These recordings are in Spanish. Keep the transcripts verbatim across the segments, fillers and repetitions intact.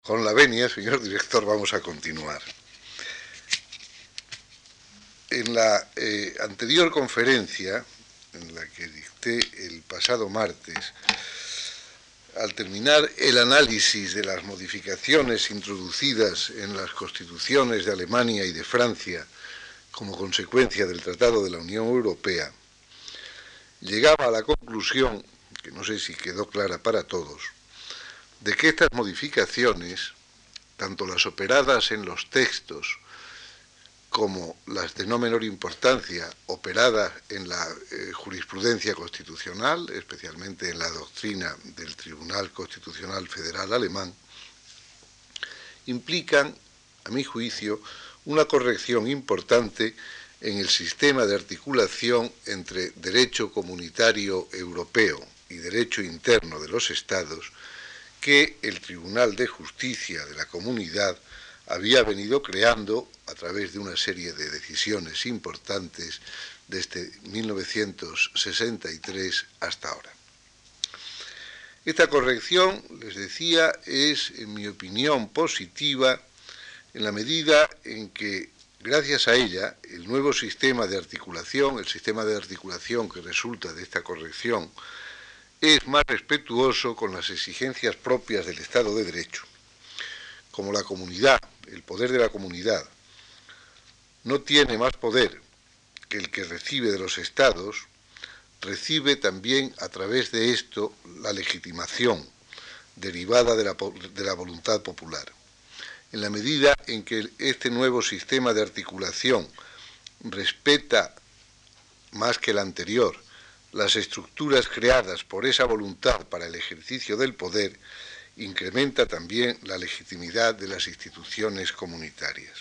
Con la venia, señor director, vamos a continuar. En la eh, anterior conferencia, en la que dicté el pasado martes, al terminar el análisis de las modificaciones introducidas en las constituciones de Alemania y de Francia como consecuencia del Tratado de la Unión Europea, llegaba a la conclusión, que no sé si quedó clara para todos, de que estas modificaciones, tanto las operadas en los textos como las de no menor importancia operadas en la eh, jurisprudencia constitucional, especialmente en la doctrina del Tribunal Constitucional Federal Alemán, implican, a mi juicio, una corrección importante en el sistema de articulación entre derecho comunitario europeo y derecho interno de los Estados que el Tribunal de Justicia de la Comunidad había venido creando a través de una serie de decisiones importantes desde mil novecientos sesenta y tres hasta ahora. Esta corrección, les decía, es, en mi opinión, positiva en la medida en que, gracias a ella, el nuevo sistema de articulación, el sistema de articulación que resulta de esta corrección, es más respetuoso con las exigencias propias del Estado de Derecho. Como la comunidad, el poder de la comunidad, no tiene más poder que el que recibe de los Estados, recibe también a través de esto la legitimación derivada de la, de la voluntad popular. En la medida en que este nuevo sistema de articulación respeta más que el anterior las estructuras creadas por esa voluntad para el ejercicio del poder, incrementa también la legitimidad de las instituciones comunitarias.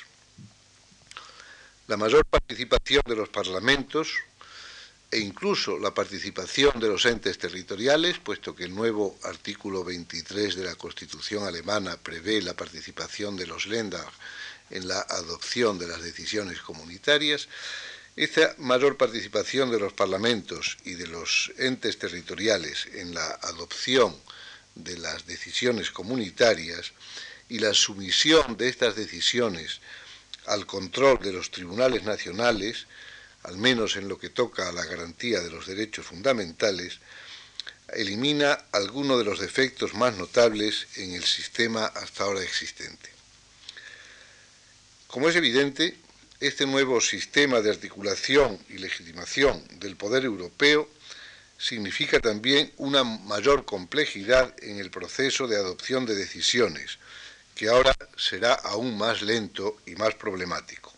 La mayor participación de los parlamentos e incluso la participación de los entes territoriales, puesto que el nuevo artículo veintitrés de la Constitución alemana prevé la participación de los Länder en la adopción de las decisiones comunitarias, esta mayor participación de los parlamentos y de los entes territoriales en la adopción de las decisiones comunitarias y la sumisión de estas decisiones al control de los tribunales nacionales, al menos en lo que toca a la garantía de los derechos fundamentales, elimina algunos de los defectos más notables en el sistema hasta ahora existente. Como es evidente, este nuevo sistema de articulación y legitimación del poder europeo significa también una mayor complejidad en el proceso de adopción de decisiones, que ahora será aún más lento y más problemático.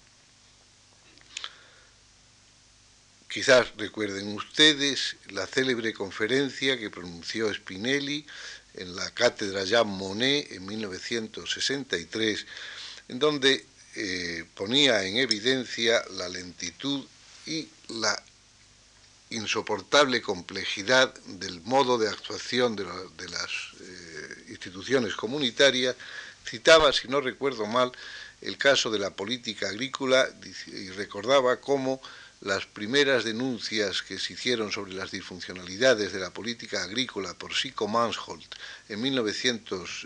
Quizás recuerden ustedes la célebre conferencia que pronunció Spinelli en la cátedra Jean Monnet en mil novecientos sesenta y tres, en donde eh, ponía en evidencia la lentitud y la insoportable complejidad del modo de actuación de, la, de las eh, instituciones comunitarias. Citaba, si no recuerdo mal, el caso de la política agrícola y recordaba cómo las primeras denuncias que se hicieron sobre las disfuncionalidades de la política agrícola por Sico Mansholt en mil novecientos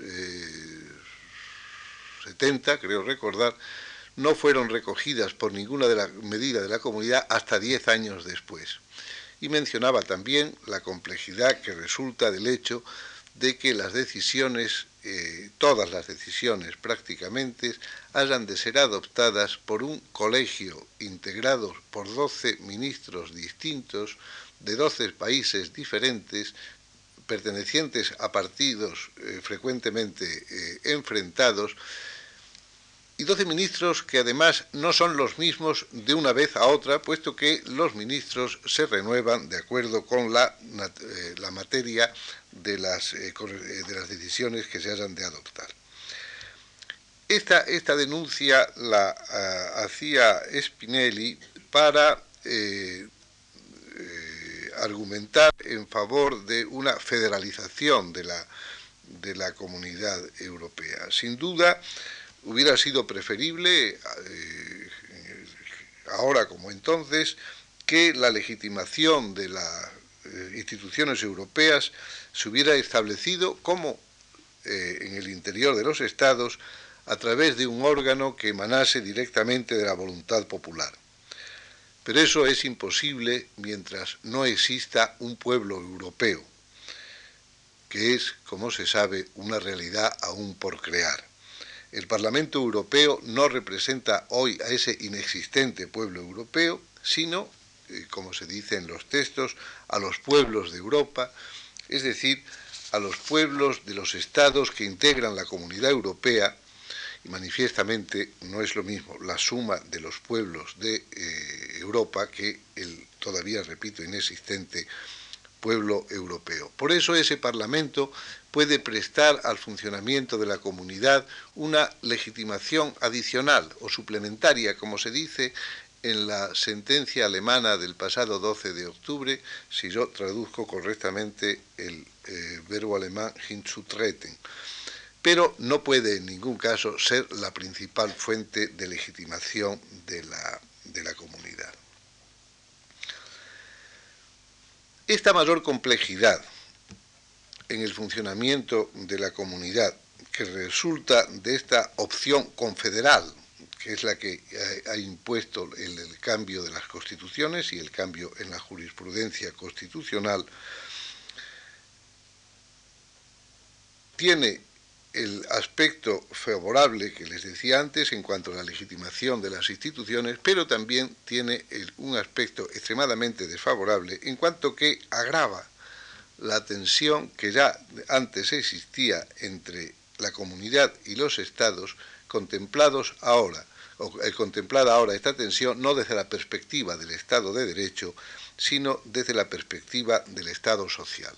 setenta, creo recordar, no fueron recogidas por ninguna de la medida de la comunidad hasta diez años después. Y mencionaba también la complejidad que resulta del hecho de que las decisiones, eh, todas las decisiones prácticamente, hayan de ser adoptadas por un colegio integrado por doce ministros distintos de doce países diferentes, pertenecientes a partidos eh, frecuentemente eh, enfrentados, y doce ministros que además no son los mismos de una vez a otra, puesto que los ministros se renuevan de acuerdo con la, eh, la materia de las, eh, de las decisiones que se hayan de adoptar. Esta, esta denuncia la uh, hacía Spinelli para eh, eh, argumentar en favor de una federalización de la, de la comunidad europea. Sin duda, hubiera sido preferible, eh, ahora como entonces, que la legitimación de las eh, instituciones europeas se hubiera establecido como eh, en el interior de los estados a través de un órgano que emanase directamente de la voluntad popular. Pero eso es imposible mientras no exista un pueblo europeo, que es, como se sabe, una realidad aún por crear. El Parlamento Europeo no representa hoy a ese inexistente pueblo europeo, sino, eh, como se dice en los textos, a los pueblos de Europa, es decir, a los pueblos de los estados que integran la Comunidad Europea, y manifiestamente no es lo mismo la suma de los pueblos de eh, Europa que el todavía, repito, inexistente pueblo europeo. Por eso ese Parlamento puede prestar al funcionamiento de la comunidad una legitimación adicional o suplementaria, como se dice en la sentencia alemana del pasado doce de octubre, si yo traduzco correctamente el eh, verbo alemán hinzutreten, pero no puede en ningún caso ser la principal fuente de legitimación de la, de la comunidad. Esta mayor complejidad en el funcionamiento de la comunidad que resulta de esta opción confederal, que es la que ha impuesto el, el cambio de las constituciones y el cambio en la jurisprudencia constitucional, tiene el aspecto favorable que les decía antes en cuanto a la legitimación de las instituciones, pero también tiene el, un aspecto extremadamente desfavorable en cuanto que agrava la tensión que ya antes existía entre la comunidad y los estados, contemplados ahora, o eh, contemplada ahora esta tensión no desde la perspectiva del Estado de Derecho, sino desde la perspectiva del Estado social.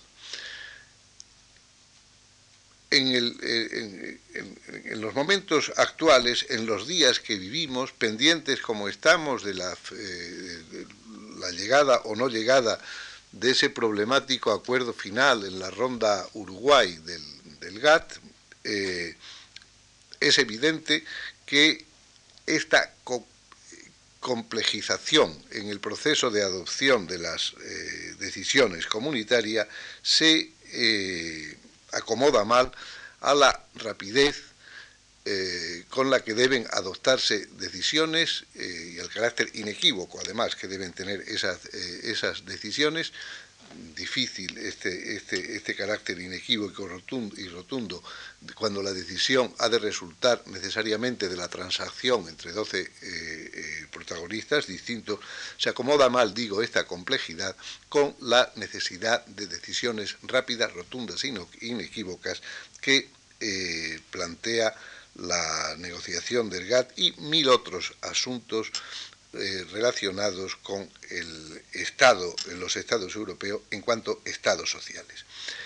En, el, en, en, en los momentos actuales, en los días que vivimos, pendientes como estamos de la, eh, de la llegada o no llegada de ese problemático acuerdo final en la ronda Uruguay del, del G A T T, eh, es evidente que esta co complejización en el proceso de adopción de las eh, decisiones comunitarias se eh, acomoda mal a la rapidez eh, con la que deben adoptarse decisiones eh, y al carácter inequívoco, además, que deben tener esas, eh, esas decisiones. Difícil este, este, este carácter inequívoco rotundo, y rotundo cuando la decisión ha de resultar necesariamente de la transacción entre doce eh, eh, protagonistas distintos, se acomoda mal, digo, esta complejidad con la necesidad de decisiones rápidas, rotundas e inequívocas que eh, plantea la negociación del G A T T y mil otros asuntos Eh, relacionados con el Estado, los Estados europeos en cuanto a Estados sociales.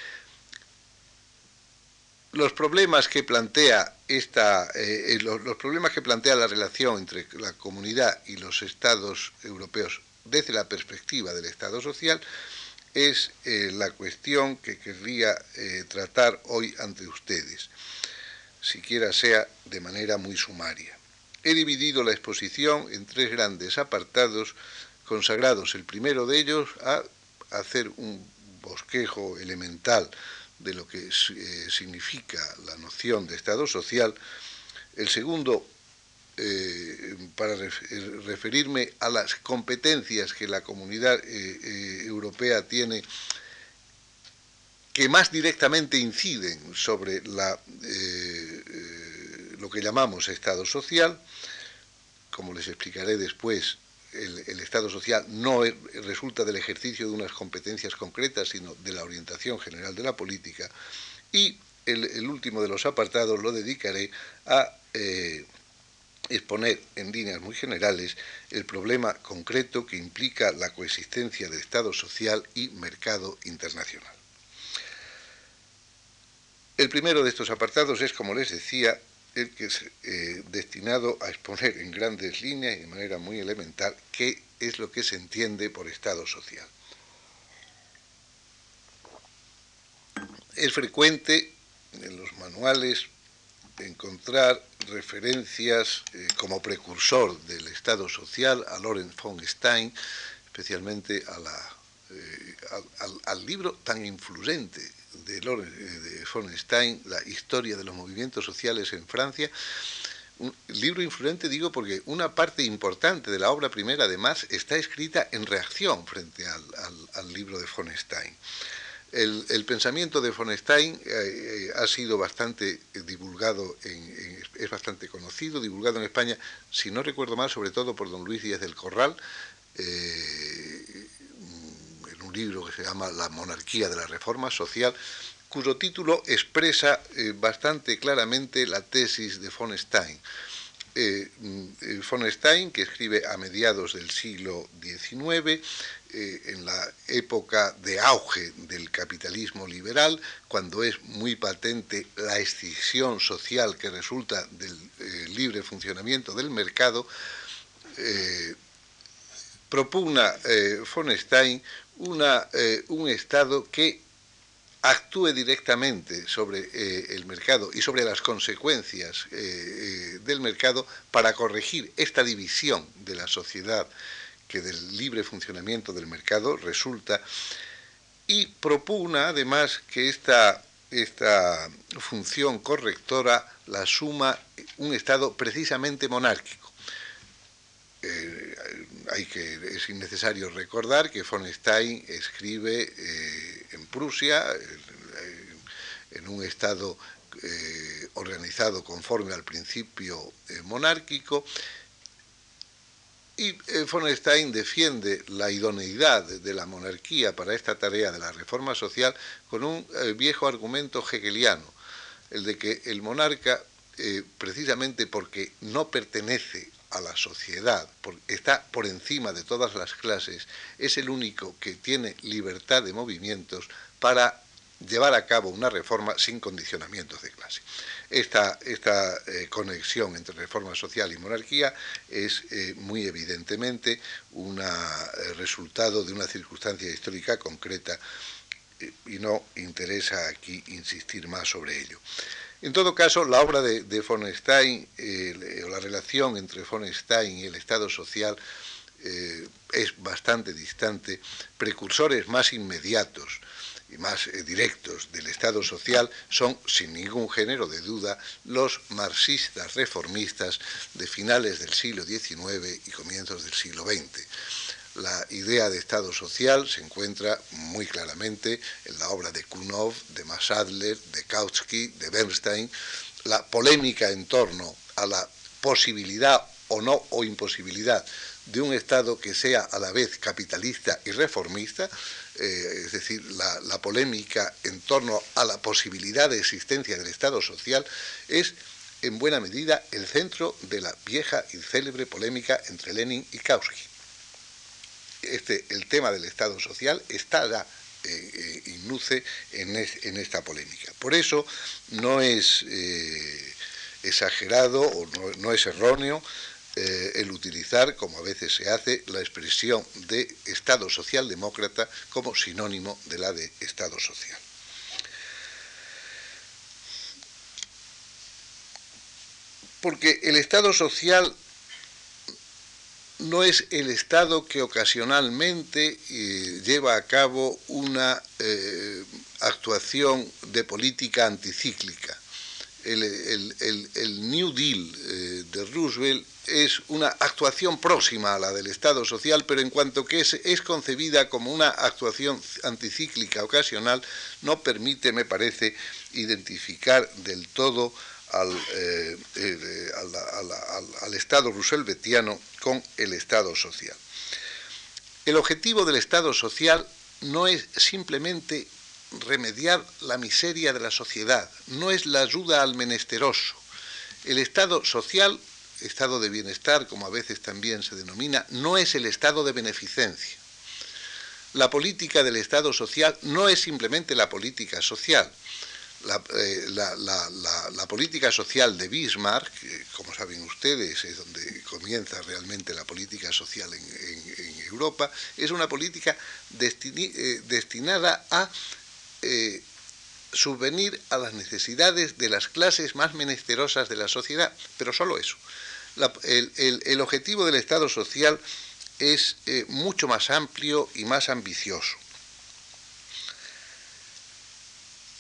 Los problemas que plantea esta, eh, los, los problemas que plantea la relación entre la comunidad y los Estados europeos desde la perspectiva del Estado social es eh, la cuestión que querría eh, tratar hoy ante ustedes, siquiera sea de manera muy sumaria. He dividido la exposición en tres grandes apartados consagrados, el primero de ellos a hacer un bosquejo elemental de lo que eh, significa la noción de Estado social, el segundo eh, para referirme a las competencias que la Comunidad eh, eh, Europea tiene que más directamente inciden sobre la, eh, eh, lo que llamamos Estado social. Como les explicaré después, el, el Estado social no es, resulta del ejercicio de unas competencias concretas, sino de la orientación general de la política. Y el, el último de los apartados lo dedicaré a eh, exponer en líneas muy generales el problema concreto que implica la coexistencia de Estado social y mercado internacional. El primero de estos apartados es, como les decía, el que es eh, destinado a exponer en grandes líneas y de manera muy elemental qué es lo que se entiende por Estado social. Es frecuente en los manuales encontrar referencias eh, como precursor del Estado social a Lorenz von Stein, especialmente a la, eh, al, al, al libro tan influyente de, de von Stein, La historia de los movimientos sociales en Francia. Un libro influyente, digo, porque una parte importante de la obra primera, además, está escrita en reacción frente al, al, al libro de von Stein. El, el pensamiento de von Stein eh, ha sido bastante divulgado, en, en, es bastante conocido, divulgado en España, si no recuerdo mal, sobre todo por don Luis Díaz del Corral, eh, en un libro que se llama La monarquía de la reforma social, cuyo título expresa eh, bastante claramente la tesis de von Stein. Eh, von Stein, que escribe a mediados del siglo diecinueve, eh, en la época de auge del capitalismo liberal, cuando es muy patente la escisión social que resulta del eh, libre funcionamiento del mercado, eh, propugna eh, von Stein una, eh, un Estado que actúe directamente sobre eh, el mercado y sobre las consecuencias eh, eh, del mercado para corregir esta división de la sociedad que del libre funcionamiento del mercado resulta, y propugna además que esta, esta función correctora la asuma un Estado precisamente monárquico. Eh, hay que, es innecesario recordar que von Stein escribe eh, en Prusia, eh, en un Estado eh, organizado conforme al principio eh, monárquico, y eh, von Stein defiende la idoneidad de la monarquía para esta tarea de la reforma social con un eh, viejo argumento hegeliano, el de que el monarca, eh, precisamente porque no pertenece a la sociedad, por, está por encima de todas las clases, es el único que tiene libertad de movimientos para llevar a cabo una reforma sin condicionamientos de clase. Esta, esta eh, conexión entre reforma social y monarquía es eh, muy evidentemente un eh, resultado de una circunstancia histórica concreta eh, y no interesa aquí insistir más sobre ello. En todo caso, la obra de, de von Stein, eh, o la relación entre von Stein y el Estado social eh, es bastante distante. Precursores más inmediatos y más eh, directos del Estado social son, sin ningún género de duda, los marxistas reformistas de finales del siglo diecinueve y comienzos del siglo veinte. La idea de Estado social se encuentra muy claramente en la obra de Kuhnhoff, de Max Adler, de Kautsky, de Bernstein. La polémica en torno a la posibilidad o no o imposibilidad de un Estado que sea a la vez capitalista y reformista, eh, es decir, la, la polémica en torno a la posibilidad de existencia del Estado social, es en buena medida el centro de la vieja y célebre polémica entre Lenin y Kautsky. Este, el tema del Estado social está ya eh, eh, innuce en, es, en esta polémica. Por eso no es eh, exagerado o no, no es erróneo eh, el utilizar, como a veces se hace, la expresión de Estado socialdemócrata como sinónimo de la de Estado social. Porque el Estado social no es el Estado que ocasionalmente eh, lleva a cabo una eh, actuación de política anticíclica. El, el, el, el New Deal eh, de Roosevelt es una actuación próxima a la del Estado social, pero en cuanto que es, es concebida como una actuación anticíclica ocasional, no permite, me parece, identificar del todo Al, eh, eh, a la, a la, al, al Estado rooseveltiano con el Estado social. El objetivo del Estado social no es simplemente remediar la miseria de la sociedad, no es la ayuda al menesteroso. El Estado social, Estado de bienestar, como a veces también se denomina, no es el Estado de beneficencia. La política del Estado social no es simplemente la política social. La, eh, la, la, la, la política social de Bismarck, que, como saben ustedes, es donde comienza realmente la política social en, en, en Europa, es una política destini, eh, destinada a eh, subvenir a las necesidades de las clases más menesterosas de la sociedad, pero solo eso. La, el, el, el objetivo del Estado social es eh, mucho más amplio y más ambicioso.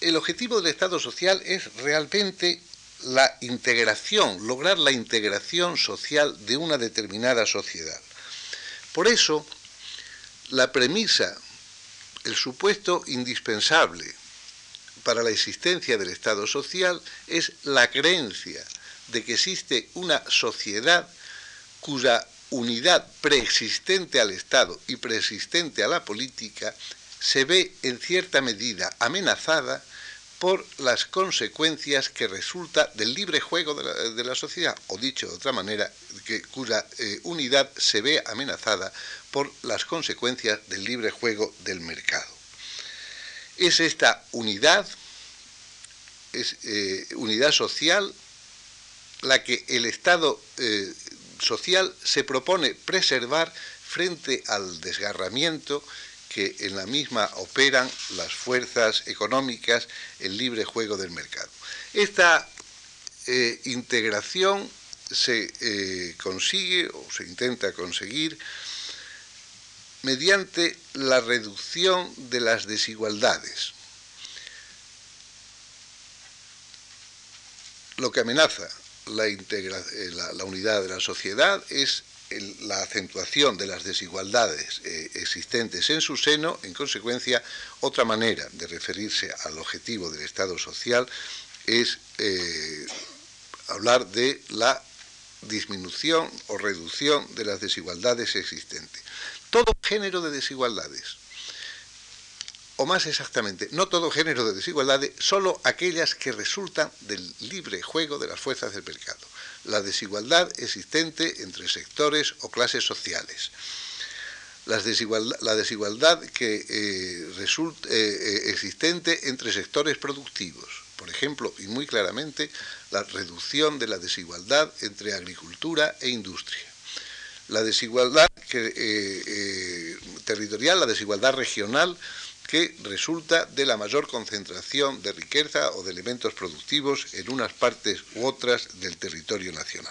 el objetivo del Estado social es realmente la integración, lograr la integración social de una determinada sociedad. Por eso, la premisa, el supuesto indispensable para la existencia del Estado social es la creencia de que existe una sociedad cuya unidad preexistente al Estado y preexistente a la política se ve en cierta medida amenazada por las consecuencias que resulta del libre juego de la, de la sociedad, o dicho de otra manera, que, cuya eh, unidad se ve amenazada por las consecuencias del libre juego del mercado. Es esta unidad, es, eh, unidad social, la que el Estado eh, social se propone preservar frente al desgarramiento que en la misma operan las fuerzas económicas, el libre juego del mercado. Esta eh, integración se eh, consigue o se intenta conseguir mediante la reducción de las desigualdades. Lo que amenaza la, integra la, la unidad de la sociedad es el, la acentuación de las desigualdades eh, existentes en su seno. En consecuencia, otra manera de referirse al objetivo del Estado social es eh, hablar de la disminución o reducción de las desigualdades existentes. Todo género de desigualdades, o más exactamente, no todo género de desigualdades, solo aquellas que resultan del libre juego de las fuerzas del mercado. La desigualdad existente entre sectores o clases sociales. Las desigualdad, la desigualdad que eh, resulta eh, existente entre sectores productivos. Por ejemplo, y muy claramente, la reducción de la desigualdad entre agricultura e industria. La desigualdad que, eh, eh, territorial, la desigualdad regional, que resulta de la mayor concentración de riqueza o de elementos productivos en unas partes u otras del territorio nacional.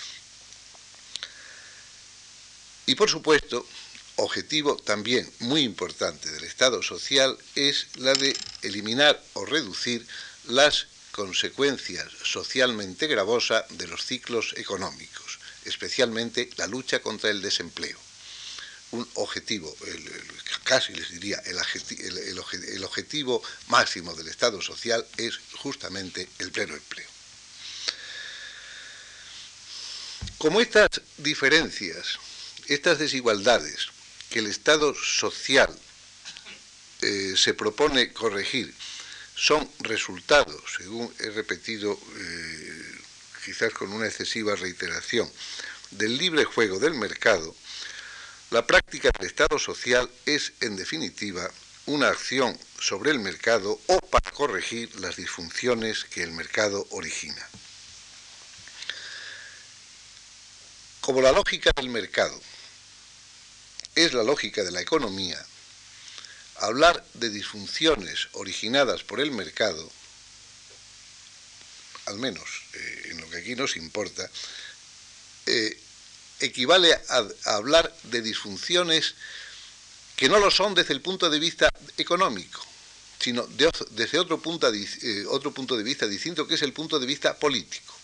Y por supuesto, objetivo también muy importante del Estado social es la de eliminar o reducir las consecuencias socialmente gravosas de los ciclos económicos, especialmente la lucha contra el desempleo. Un objetivo, el, el, casi les diría, el, el, el, el objetivo máximo del Estado social es justamente el pleno empleo. Como estas diferencias, estas desigualdades que el Estado social eh, se propone corregir son resultados, según he repetido, eh, quizás con una excesiva reiteración, del libre juego del mercado, la práctica del Estado social es, en definitiva, una acción sobre el mercado o para corregir las disfunciones que el mercado origina. Como la lógica del mercado es la lógica de la economía, hablar de disfunciones originadas por el mercado, al menos eh, en lo que aquí nos importa, eh, equivale a, a hablar de disfunciones que no lo son desde el punto de vista económico, sino de, desde otro punto, de, eh, otro punto de vista distinto, que es el punto de vista político.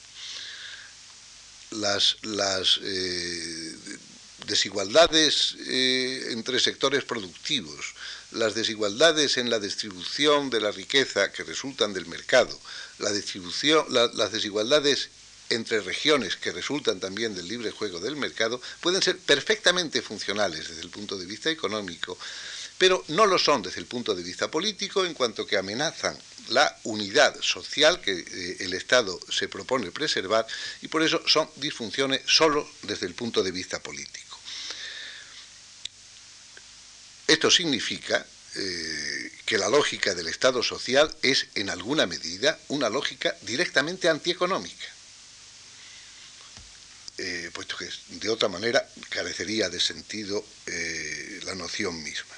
Las, las eh, desigualdades eh, entre sectores productivos, las desigualdades en la distribución de la riqueza que resultan del mercado, la distribución, la, las desigualdades entre regiones que resultan también del libre juego del mercado, pueden ser perfectamente funcionales desde el punto de vista económico, pero no lo son desde el punto de vista político, en cuanto que amenazan la unidad social que eh, el Estado se propone preservar, y por eso son disfunciones solo desde el punto de vista político. Esto significa eh, que la lógica del Estado social es, en alguna medida, una lógica directamente antieconómica. Eh, puesto que de otra manera carecería de sentido eh, la noción misma.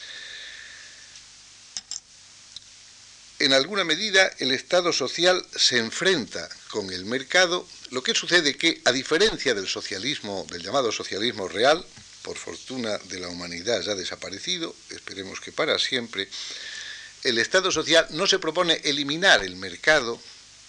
En alguna medida el Estado social se enfrenta con el mercado, lo que sucede que, a diferencia del socialismo, del llamado socialismo real, por fortuna de la humanidad ya desaparecido, esperemos que para siempre, el Estado social no se propone eliminar el mercado,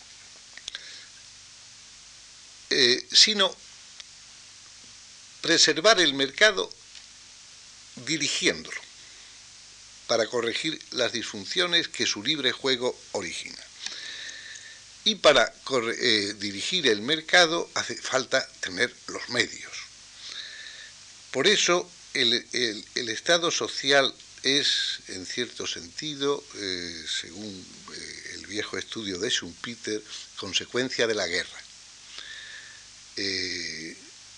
eh, sino preservar el mercado dirigiéndolo, para corregir las disfunciones que su libre juego origina. Y para eh, dirigir el mercado hace falta tener los medios. Por eso el, el, el Estado social es, en cierto sentido, eh, según eh, el viejo estudio de Schumpeter, consecuencia de la guerra. Eh,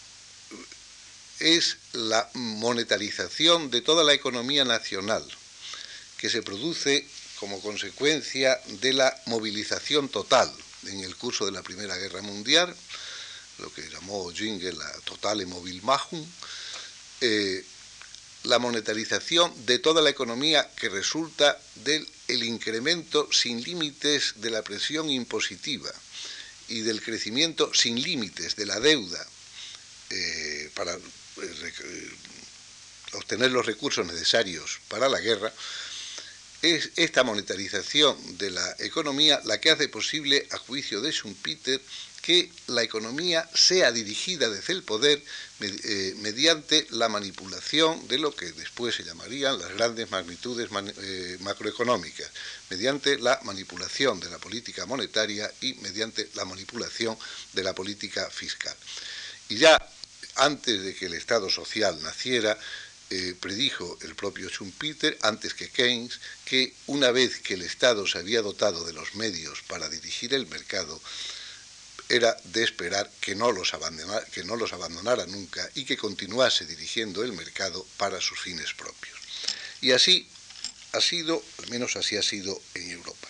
es la monetarización de toda la economía nacional, que se produce como consecuencia de la movilización total en el curso de la Primera Guerra Mundial, lo que llamó Ginge la totale Mobilmachung, eh, la monetarización de toda la economía que resulta del el incremento sin límites de la presión impositiva y del crecimiento sin límites de la deuda eh, para eh, obtener los recursos necesarios para la guerra. Es esta monetarización de la economía la que hace posible, a juicio de Schumpeter, que la economía sea dirigida desde el poder eh, mediante la manipulación de lo que después se llamarían las grandes magnitudes man, eh, macroeconómicas, mediante la manipulación de la política monetaria y mediante la manipulación de la política fiscal. Y ya antes de que el Estado social naciera, Eh, predijo el propio Schumpeter, antes que Keynes, que una vez que el Estado se había dotado de los medios para dirigir el mercado, era de esperar que no los abandonara, que no los abandonara nunca y que continuase dirigiendo el mercado para sus fines propios. Y así ha sido, al menos así ha sido en Europa.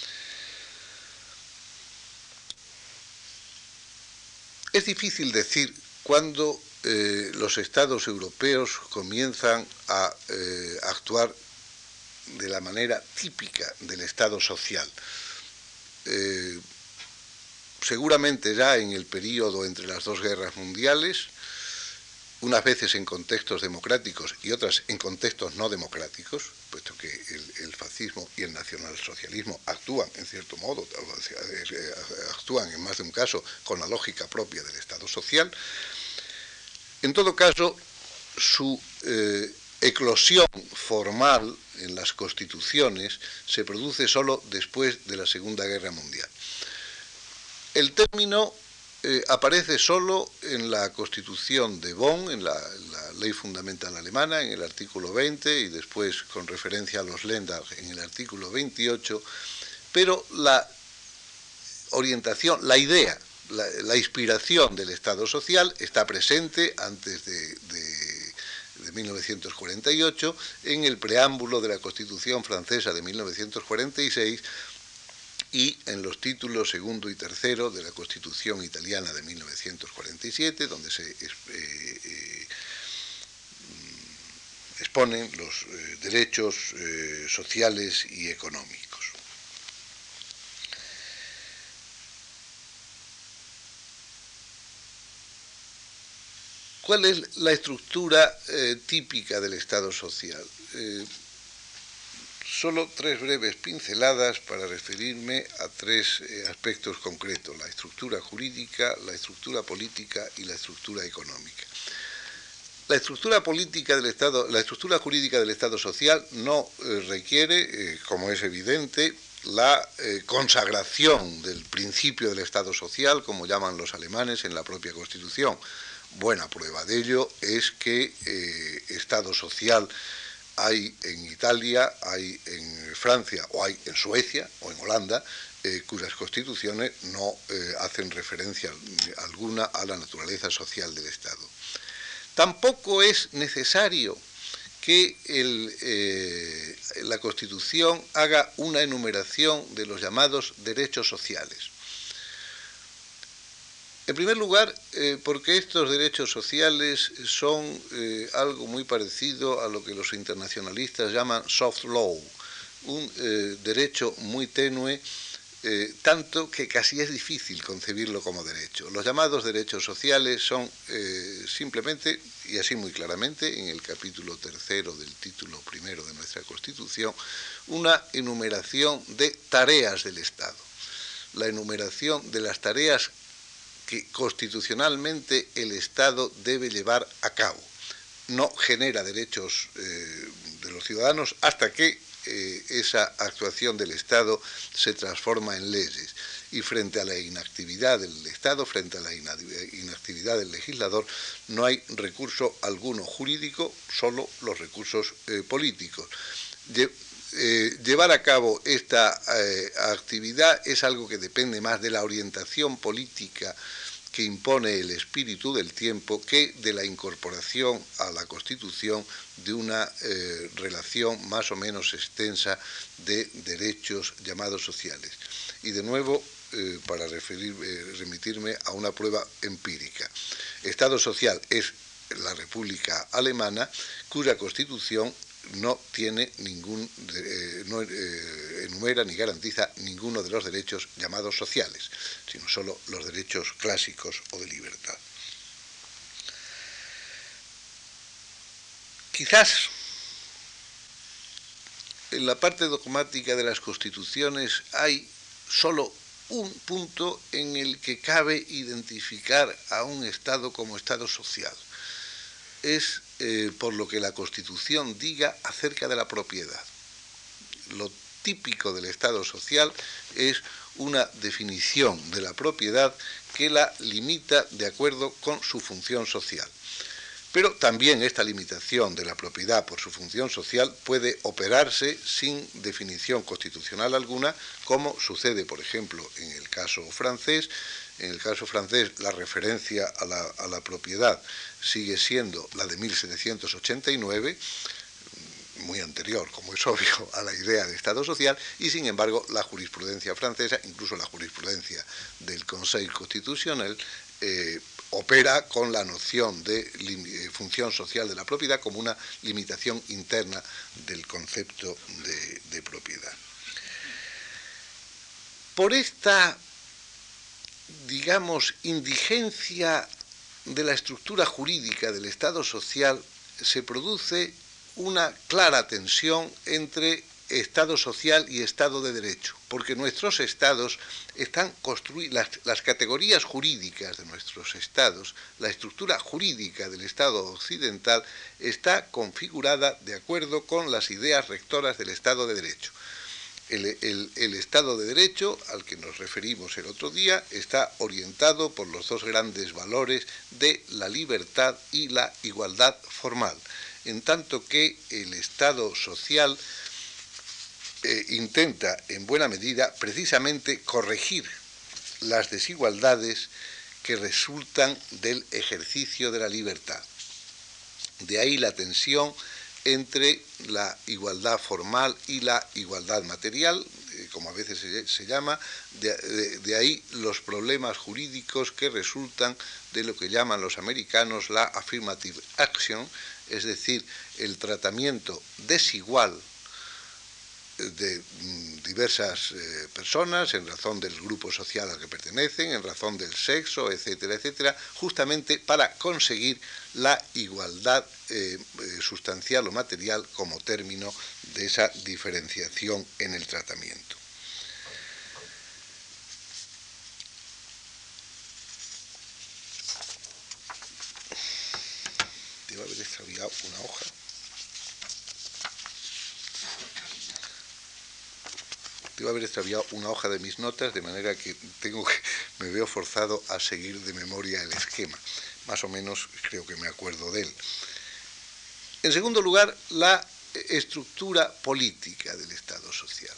Es difícil decir cuándo Eh, los estados europeos comienzan a eh, actuar de la manera típica del Estado social. Eh, seguramente ya en el período entre las dos guerras mundiales, unas veces en contextos democráticos y otras en contextos no democráticos, puesto que el, el fascismo y el nacionalsocialismo actúan, en cierto modo, actúan en más de un caso con la lógica propia del Estado social. En todo caso, su eh, eclosión formal en las constituciones se produce solo después de la Segunda Guerra Mundial. El término eh, aparece solo en la Constitución de Bonn, en la, en la Ley Fundamental Alemana, en el artículo veinte, y después con referencia a los Länder en el artículo veintiocho, pero la orientación, la idea, La, la inspiración del Estado social está presente antes de, de, de mil novecientos cuarenta y ocho en el preámbulo de la Constitución francesa de mil novecientos cuarenta y seis y en los títulos segundo y tercero de la Constitución italiana de mil novecientos cuarenta y siete, donde se eh, eh, exponen los eh, derechos eh, sociales y económicos. ¿Cuál es la estructura eh, típica del Estado social? Eh, solo tres breves pinceladas para referirme a tres eh, aspectos concretos: la estructura jurídica, la estructura política y la estructura económica. La estructura política del Estado, la estructura jurídica del Estado social no eh, requiere, eh, como es evidente, la eh, consagración del principio del Estado social, como llaman los alemanes en la propia Constitución. Buena prueba de ello es que eh, Estado social hay en Italia, hay en Francia, o hay en Suecia, o en Holanda, eh, cuyas constituciones no eh, hacen referencia alguna a la naturaleza social del Estado. Tampoco es necesario que el, eh, la Constitución haga una enumeración de los llamados derechos sociales. En primer lugar, eh, porque estos derechos sociales son eh, algo muy parecido a lo que los internacionalistas llaman soft law, un eh, derecho muy tenue eh, tanto que casi es difícil concebirlo como derecho. Los llamados derechos sociales son eh, simplemente, y así muy claramente, en el capítulo tercero del título primero de nuestra Constitución, una enumeración de tareas del Estado. La enumeración de las tareas que constitucionalmente el Estado debe llevar a cabo. No genera derechos eh, de los ciudadanos hasta que eh, esa actuación del Estado se transforma en leyes. Y frente a la inactividad del Estado, frente a la inactividad del legislador, no hay recurso alguno jurídico, solo los recursos eh, políticos. Lle eh, llevar a cabo esta eh, actividad es algo que depende más de la orientación política que impone el espíritu del tiempo que de la incorporación a la Constitución de una eh, relación más o menos extensa de derechos llamados sociales. Y de nuevo, eh, para referir, eh, remitirme a una prueba empírica. Estado social es la República Alemana, cuya Constitución no tiene ningún, eh, no eh, enumera ni garantiza ninguno de los derechos llamados sociales, sino solo los derechos clásicos o de libertad. Quizás en la parte dogmática de las constituciones hay solo un punto en el que cabe identificar a un Estado como Estado social. Es eh, por lo que la Constitución diga acerca de la propiedad. Lo típico del Estado social es una definición de la propiedad que la limita de acuerdo con su función social. Pero también esta limitación de la propiedad por su función social puede operarse sin definición constitucional alguna, como sucede, por ejemplo, en el caso francés. En el caso francés, la referencia a la, a la propiedad sigue siendo la de mil setecientos ochenta y nueve, muy anterior, como es obvio, a la idea de Estado social, y sin embargo la jurisprudencia francesa, incluso la jurisprudencia del Conseil Constitutionnel, eh, opera con la noción de función social de la propiedad como una limitación interna del concepto de, de propiedad. Por esta, digamos, indigencia de la estructura jurídica del Estado social, se produce una clara tensión entre Estado social y Estado de Derecho, porque nuestros Estados están construidos, las, las categorías jurídicas de nuestros Estados, la estructura jurídica del Estado occidental está configurada de acuerdo con las ideas rectoras del Estado de Derecho. El, el, el Estado de Derecho, al que nos referimos el otro día, está orientado por los dos grandes valores de la libertad y la igualdad formal, en tanto que el Estado social eh, intenta, en buena medida, precisamente corregir las desigualdades que resultan del ejercicio de la libertad. De ahí la tensión entre la igualdad formal y la igualdad material, eh, como a veces se, se llama, de, de, de ahí los problemas jurídicos que resultan de lo que llaman los americanos la affirmative action, es decir, el tratamiento desigual de diversas eh, personas en razón del grupo social al que pertenecen, en razón del sexo, etcétera, etcétera, justamente para conseguir la igualdad eh, sustancial o material como término de esa diferenciación en el tratamiento. Debo haber extraviado una hoja. Debo haber extraviado una hoja de mis notas, de manera que, tengo que me veo forzado a seguir de memoria el esquema. Más o menos creo que me acuerdo de él. En segundo lugar, la estructura política del Estado social.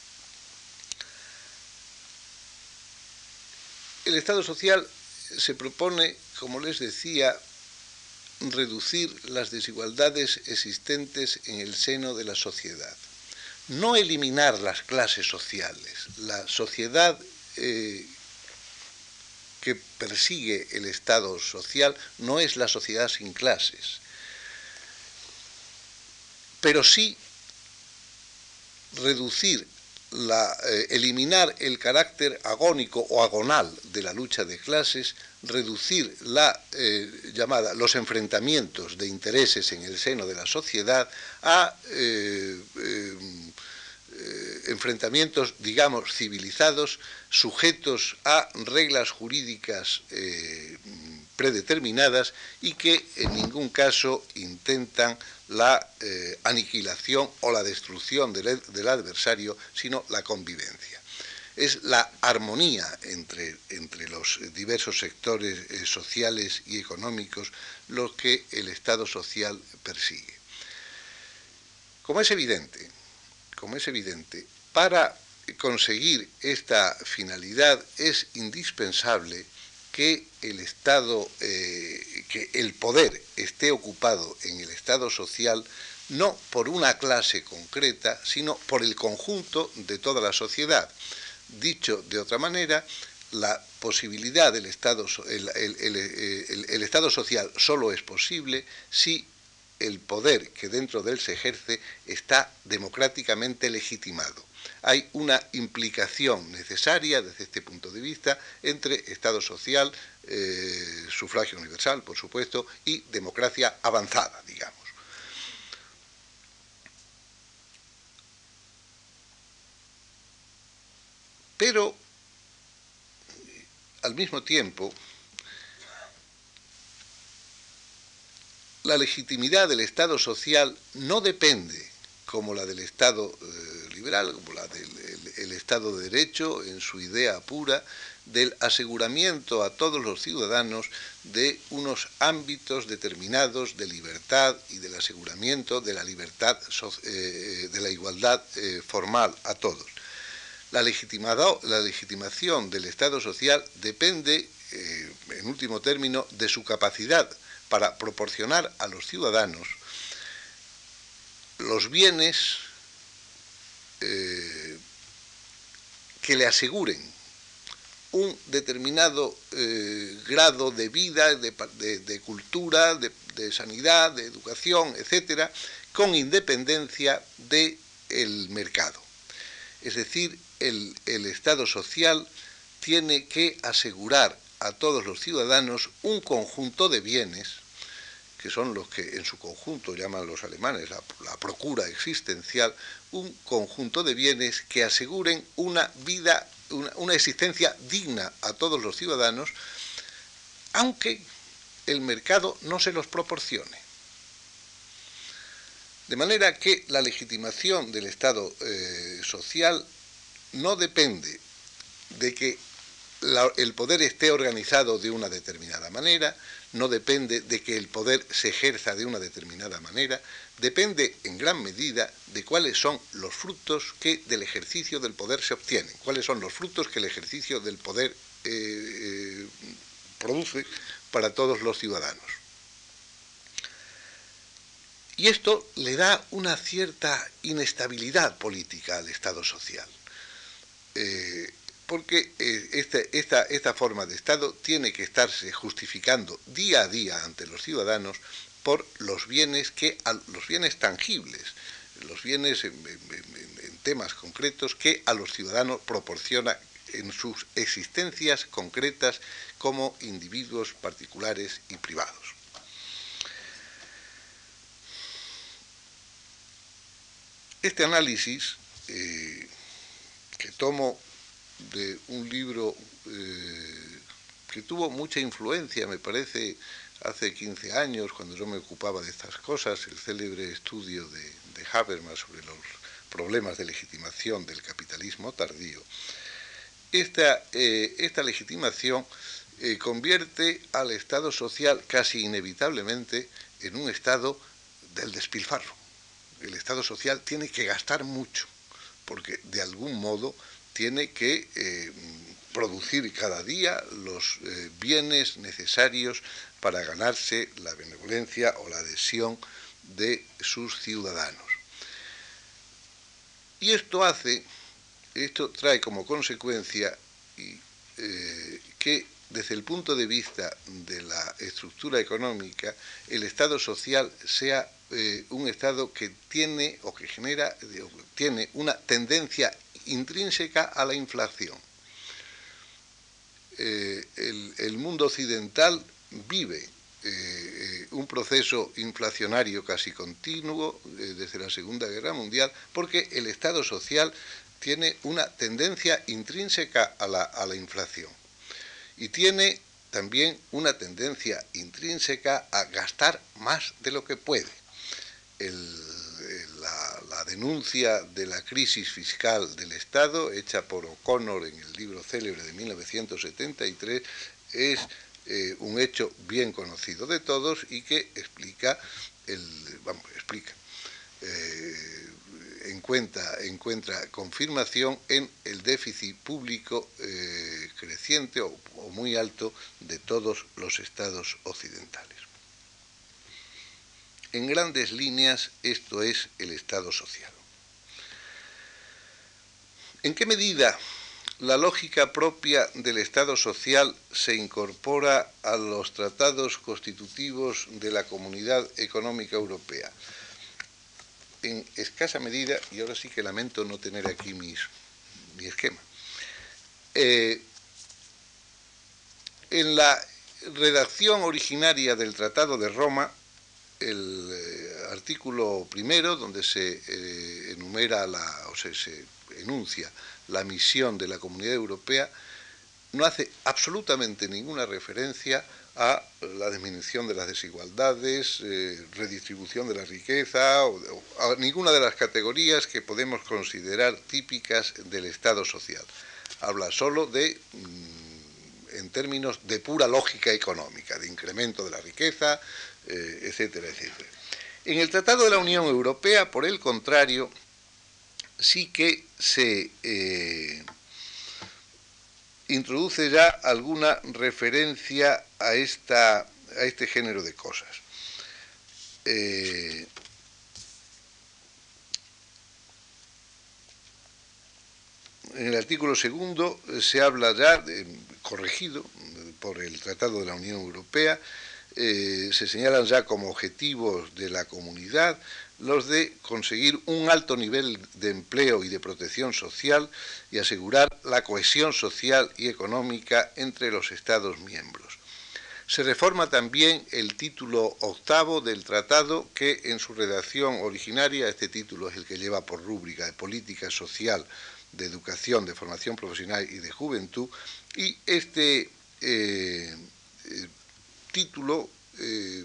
El Estado social se propone, como les decía, reducir las desigualdades existentes en el seno de la sociedad. No eliminar las clases sociales. La sociedad eh, que persigue el Estado social no es la sociedad sin clases, pero sí reducir la, eh, eliminar el carácter agónico o agonal de la lucha de clases, reducir la eh, llamada, los enfrentamientos de intereses en el seno de la sociedad a eh, eh, eh, enfrentamientos, digamos, civilizados, sujetos a reglas jurídicas eh, predeterminadas y que en ningún caso intentan la eh, aniquilación o la destrucción del, del adversario, sino la convivencia. Es la armonía entre, entre los diversos sectores eh, sociales y económicos lo que el Estado social persigue. Como es evidente, como es evidente, para conseguir esta finalidad es indispensable que el Estado, eh, que el poder esté ocupado en el Estado social no por una clase concreta, sino por el conjunto de toda la sociedad. Dicho de otra manera, la posibilidad del Estado, el, el, el, el, el Estado social solo es posible si el poder que dentro de él se ejerce está democráticamente legitimado. Hay una implicación necesaria desde este punto de vista entre Estado social, eh, sufragio universal, por supuesto, y democracia avanzada, digamos. Pero, al mismo tiempo, la legitimidad del Estado social no depende, como la del Estado eh, liberal, como la del el, el Estado de Derecho, en su idea pura, del aseguramiento a todos los ciudadanos de unos ámbitos determinados de libertad y del aseguramiento de la libertad, eh, de la igualdad eh, formal a todos. La, la legitimación del Estado social depende, eh, en último término, de su capacidad para proporcionar a los ciudadanos los bienes eh, que le aseguren un determinado eh, grado de vida, de, de, de cultura, de, de sanidad, de educación, etcétera, con independencia del mercado. Es decir, el, el Estado social tiene que asegurar a todos los ciudadanos un conjunto de bienes, que son los que en su conjunto llaman los alemanes la, la procura existencial, un conjunto de bienes que aseguren una vida, una, una existencia digna a todos los ciudadanos, aunque el mercado no se los proporcione. De manera que la legitimación del Estado eh, social no depende de que la, el poder esté organizado de una determinada manera, no depende de que el poder se ejerza de una determinada manera, depende en gran medida de cuáles son los frutos que del ejercicio del poder se obtienen, cuáles son los frutos que el ejercicio del poder eh, eh, produce para todos los ciudadanos. Y esto le da una cierta inestabilidad política al Estado social, eh, porque eh, este, esta, esta forma de Estado tiene que estarse justificando día a día ante los ciudadanos por los bienes, que, los bienes tangibles, los bienes en, en, en temas concretos que a los ciudadanos proporciona en sus existencias concretas como individuos particulares y privados. Este análisis, eh, que tomo de un libro eh, que tuvo mucha influencia, me parece, hace quince años, cuando yo me ocupaba de estas cosas, el célebre estudio de, de Habermas sobre los problemas de legitimación del capitalismo tardío. Esta, eh, esta legitimación eh, convierte al Estado social casi inevitablemente en un estado del despilfarro. El Estado social tiene que gastar mucho, porque de algún modo tiene que eh, producir cada día los eh, bienes necesarios para ganarse la benevolencia o la adhesión de sus ciudadanos. Y esto hace, esto trae como consecuencia y, eh, que desde el punto de vista de la estructura económica, el Estado social sea eh, un Estado que tiene o que genera, tiene una tendencia intrínseca a la inflación. Eh, el, el mundo occidental vive eh, un proceso inflacionario casi continuo eh, desde la Segunda Guerra Mundial, porque el Estado social tiene una tendencia intrínseca a la, a la inflación y tiene también una tendencia intrínseca a gastar más de lo que puede. El, la, la denuncia de la crisis fiscal del Estado, hecha por O'Connor en el libro célebre de mil novecientos setenta y tres, es eh, un hecho bien conocido de todos y que explica, el, vamos, explica, eh, encuentra, encuentra confirmación en el déficit público eh, creciente o, o muy alto de todos los estados occidentales. En grandes líneas, esto es el Estado social. ¿En qué medida la lógica propia del Estado social se incorpora a los tratados constitutivos de la Comunidad Económica Europea? En escasa medida, y ahora sí que lamento no tener aquí mis, mi esquema. Eh, en la redacción originaria del Tratado de Roma, el eh, artículo primero, donde se eh, enumera la, o se, se enuncia la misión de la Comunidad Europea, no hace absolutamente ninguna referencia a la disminución de las desigualdades, eh, redistribución de la riqueza, o, o a ninguna de las categorías que podemos considerar típicas del Estado social. Habla solo de, mm, en términos de pura lógica económica, de incremento de la riqueza, eh, etcétera, etcétera. En el Tratado de la Unión Europea, por el contrario, sí que se eh, introduce ya alguna referencia a, esta, a este género de cosas. Eh, en el artículo segundo se habla ya, de, corregido por el Tratado de la Unión Europea, eh, se señalan ya como objetivos de la comunidad los de conseguir un alto nivel de empleo y de protección social y asegurar la cohesión social y económica entre los Estados miembros. Se reforma también el título octavo del tratado, que en su redacción originaria, este título es el que lleva por rúbrica de política social, de educación, de formación profesional y de juventud, y este eh, eh, título, eh,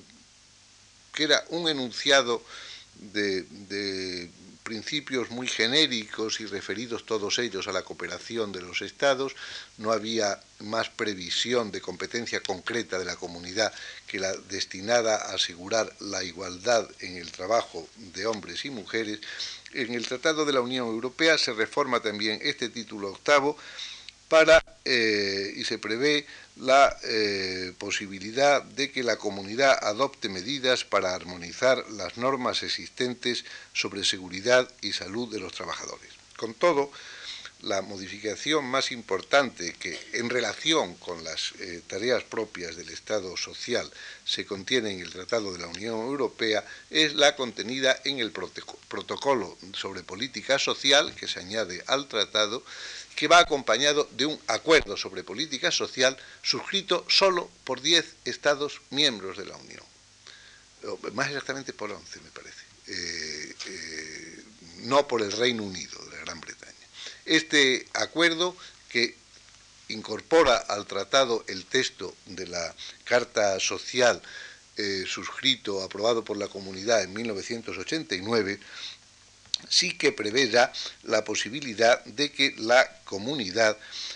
que era un enunciado de, de principios muy genéricos y referidos todos ellos a la cooperación de los Estados, no había más previsión de competencia concreta de la comunidad que la destinada a asegurar la igualdad en el trabajo de hombres y mujeres. En el Tratado de la Unión Europea se reforma también este título octavo para, eh, y se prevé la eh, posibilidad de que la comunidad adopte medidas para armonizar las normas existentes sobre seguridad y salud de los trabajadores. Con todo, la modificación más importante que en relación con las eh, tareas propias del Estado social se contiene en el Tratado de la Unión Europea es la contenida en el protocolo sobre política social que se añade al tratado, que va acompañado de un acuerdo sobre política social suscrito solo por diez Estados miembros de la Unión, o más exactamente por once, me parece, eh, eh, no por el Reino Unido de la Gran Bretaña. Este acuerdo, que incorpora al tratado el texto de la Carta Social eh, suscrito, aprobado por la Comunidad en mil novecientos ochenta y nueve, sí que prevé ya la posibilidad de que la comunidad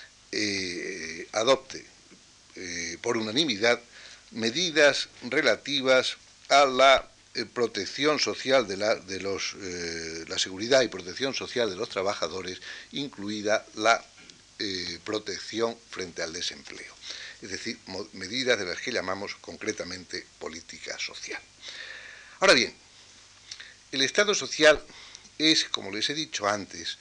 eh, adopte eh, por unanimidad medidas relativas a la eh, protección social de la, de los, eh, la seguridad y protección social de los trabajadores, incluida la eh, protección frente al desempleo. Es decir, medidas de las que llamamos concretamente política social. Ahora bien, el Estado social es, como les he dicho antes,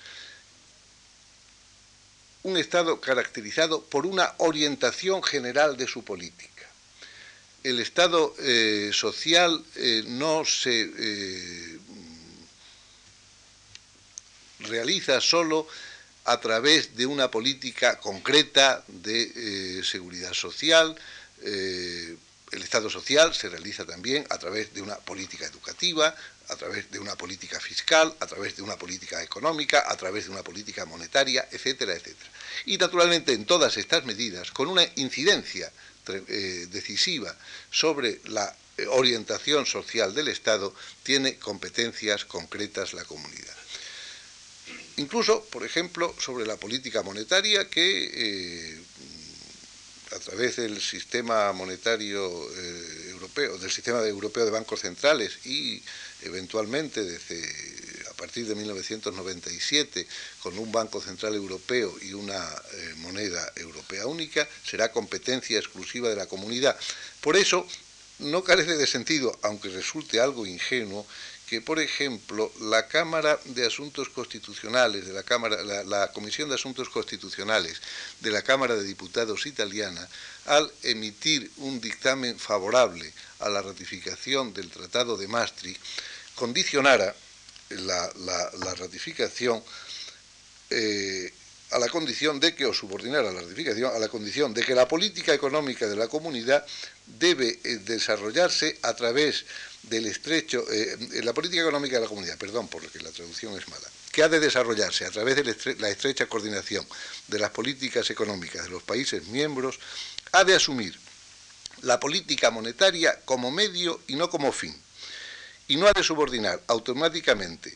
un Estado caracterizado por una orientación general de su política. El Estado eh, social eh, no se eh, realiza solo a través de una política concreta de eh, seguridad social. Eh, el Estado social se realiza también a través de una política educativa, a través de una política fiscal, a través de una política económica, a través de una política monetaria, etcétera, etcétera. Y naturalmente en todas estas medidas, con una incidencia eh, decisiva sobre la orientación social del Estado, tiene competencias concretas la comunidad. Incluso, por ejemplo, sobre la política monetaria que, eh, a través del sistema monetario eh, europeo, del sistema europeo de bancos centrales y eventualmente desde a partir de mil novecientos noventa y siete con un Banco Central Europeo y una eh, moneda europea única, será competencia exclusiva de la comunidad. Por eso, no carece de sentido, aunque resulte algo ingenuo, que, por ejemplo, la Cámara de Asuntos Constitucionales, de la, Cámara, la, la Comisión de Asuntos Constitucionales de la Cámara de Diputados italiana, al emitir un dictamen favorable a la ratificación del Tratado de Maastricht, condicionara la, la, la ratificación eh, a la condición de que, o subordinara la ratificación a la condición de que la política económica de la comunidad debe eh, desarrollarse a través del estrecho, eh, la política económica de la comunidad, perdón, porque la traducción es mala, que ha de desarrollarse a través de estre la estrecha coordinación de las políticas económicas de los países miembros, ha de asumir la política monetaria como medio y no como fin, y no ha de subordinar automáticamente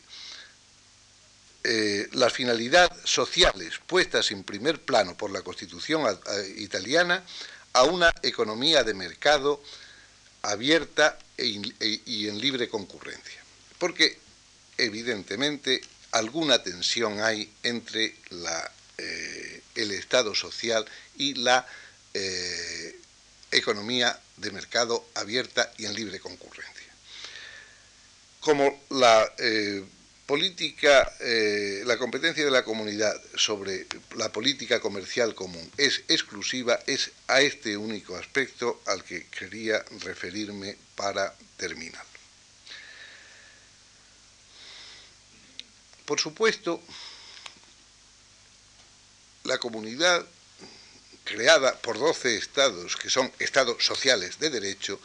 eh, las finalidades sociales puestas en primer plano por la Constitución a, a, italiana a una economía de mercado abierta e, e, y en libre concurrencia. Porque, evidentemente, alguna tensión hay entre la, eh, el Estado social y la eh, economía de mercado abierta y en libre concurrencia. Como la eh, política, eh, la competencia de la comunidad sobre la política comercial común es exclusiva, es a este único aspecto al que quería referirme para terminar. Por supuesto, la comunidad creada por doce estados, que son estados sociales de derecho,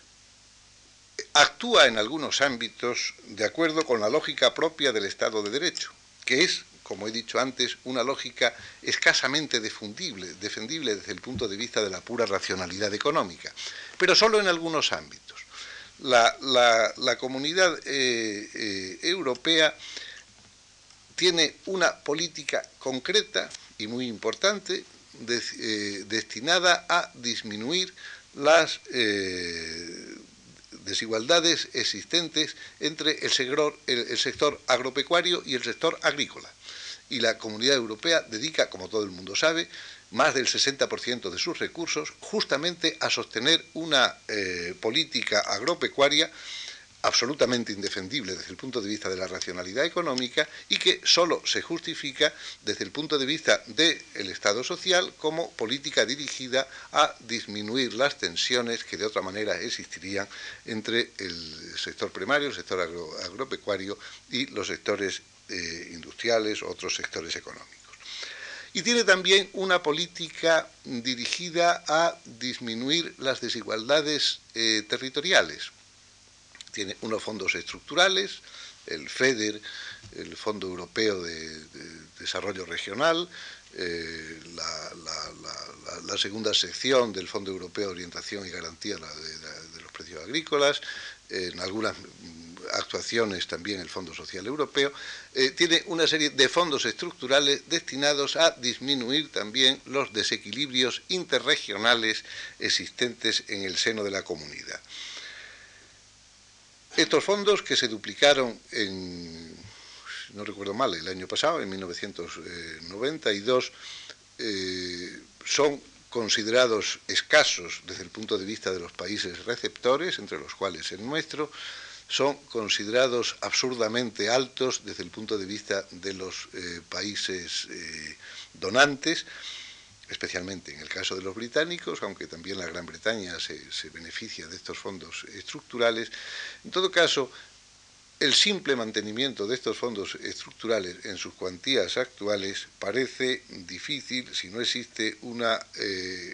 actúa en algunos ámbitos de acuerdo con la lógica propia del Estado de Derecho, que es, como he dicho antes, una lógica escasamente defendible, defendible desde el punto de vista de la pura racionalidad económica, pero solo en algunos ámbitos. La, la, la comunidad eh, eh, europea tiene una política concreta y muy importante de, eh, destinada a disminuir las eh, desigualdades existentes entre el sector, el, el sector agropecuario y el sector agrícola. Y la Comunidad Europea dedica, como todo el mundo sabe, más del sesenta por ciento de sus recursos justamente a sostener una eh, política agropecuaria absolutamente indefendible desde el punto de vista de la racionalidad económica y que solo se justifica desde el punto de vista del Estado social como política dirigida a disminuir las tensiones que de otra manera existirían entre el sector primario, el sector agro, agropecuario y los sectores eh, industriales o otros sectores económicos. Y tiene también una política dirigida a disminuir las desigualdades eh, territoriales. Tiene unos fondos estructurales, el FEDER, el Fondo Europeo de, de Desarrollo Regional, eh, la, la, la, la segunda sección del Fondo Europeo de Orientación y Garantía de, de, de los Precios Agrícolas, eh, en algunas actuaciones también el Fondo Social Europeo, eh, tiene una serie de fondos estructurales destinados a disminuir también los desequilibrios interregionales existentes en el seno de la comunidad. Estos fondos, que se duplicaron en, no recuerdo mal, el año pasado, en mil novecientos noventa y dos, eh, son considerados escasos desde el punto de vista de los países receptores, entre los cuales el nuestro, son considerados absurdamente altos desde el punto de vista de los eh, países eh, donantes, especialmente en el caso de los británicos, aunque también la Gran Bretaña se, se beneficia de estos fondos estructurales. En todo caso, el simple mantenimiento de estos fondos estructurales en sus cuantías actuales parece difícil si no existe una, eh,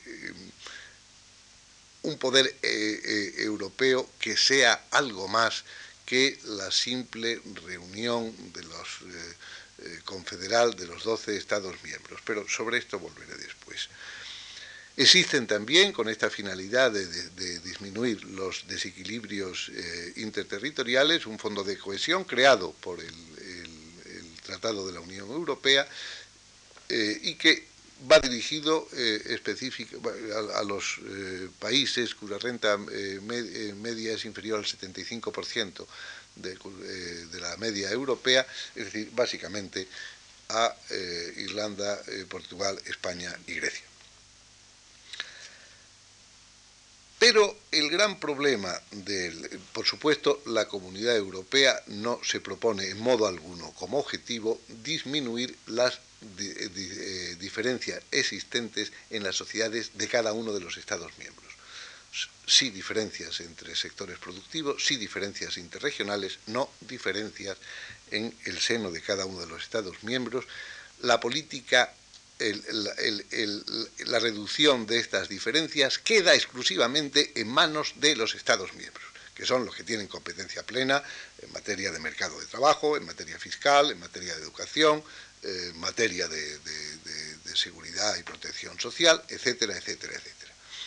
un poder eh, eh, europeo que sea algo más que la simple reunión de los eh, eh, confederal de los doce Estados miembros. Pero sobre esto volveré después. Existen también, con esta finalidad de, de, de disminuir los desequilibrios eh, interterritoriales, un fondo de cohesión creado por el, el, el Tratado de la Unión Europea eh, y que va dirigido eh, específico a, a los eh, países cuya renta eh, med, media es inferior al setenta y cinco por ciento de, eh, de la media europea, es decir, básicamente a eh, Irlanda, eh, Portugal, España y Grecia. Pero el gran problema, del, por supuesto, la Comunidad Europea no se propone en modo alguno como objetivo disminuir las di, di, eh, diferencias existentes en las sociedades de cada uno de los Estados miembros. Sí diferencias entre sectores productivos, sí diferencias interregionales, no diferencias en el seno de cada uno de los Estados miembros. La política El, el, el, la reducción de estas diferencias queda exclusivamente en manos de los Estados miembros, que son los que tienen competencia plena en materia de mercado de trabajo, en materia fiscal, en materia de educación, eh, en materia de, de, de, de seguridad y protección social, etcétera, etcétera, etcétera.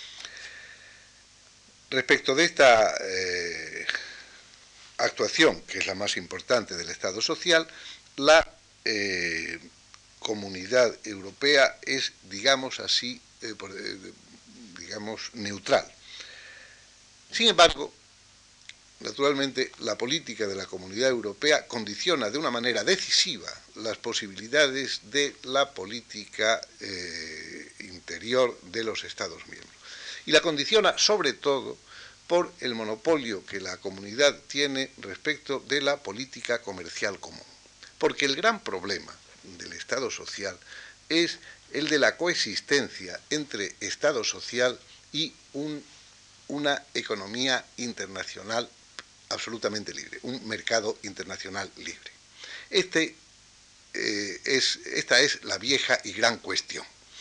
Respecto de esta eh, actuación, que es la más importante del Estado social, la eh, Comunidad Europea es, digamos así, eh, por, eh, digamos, neutral. Sin embargo, naturalmente, la política de la Comunidad Europea condiciona de una manera decisiva las posibilidades de la política eh, interior de los Estados miembros. Y la condiciona sobre todo por el monopolio que la comunidad tiene respecto de la política comercial común. Porque el gran problema del Estado social es el de la coexistencia entre Estado social y un, una economía internacional absolutamente libre, un mercado internacional libre. Este, eh, es, esta es la vieja y gran cuestión.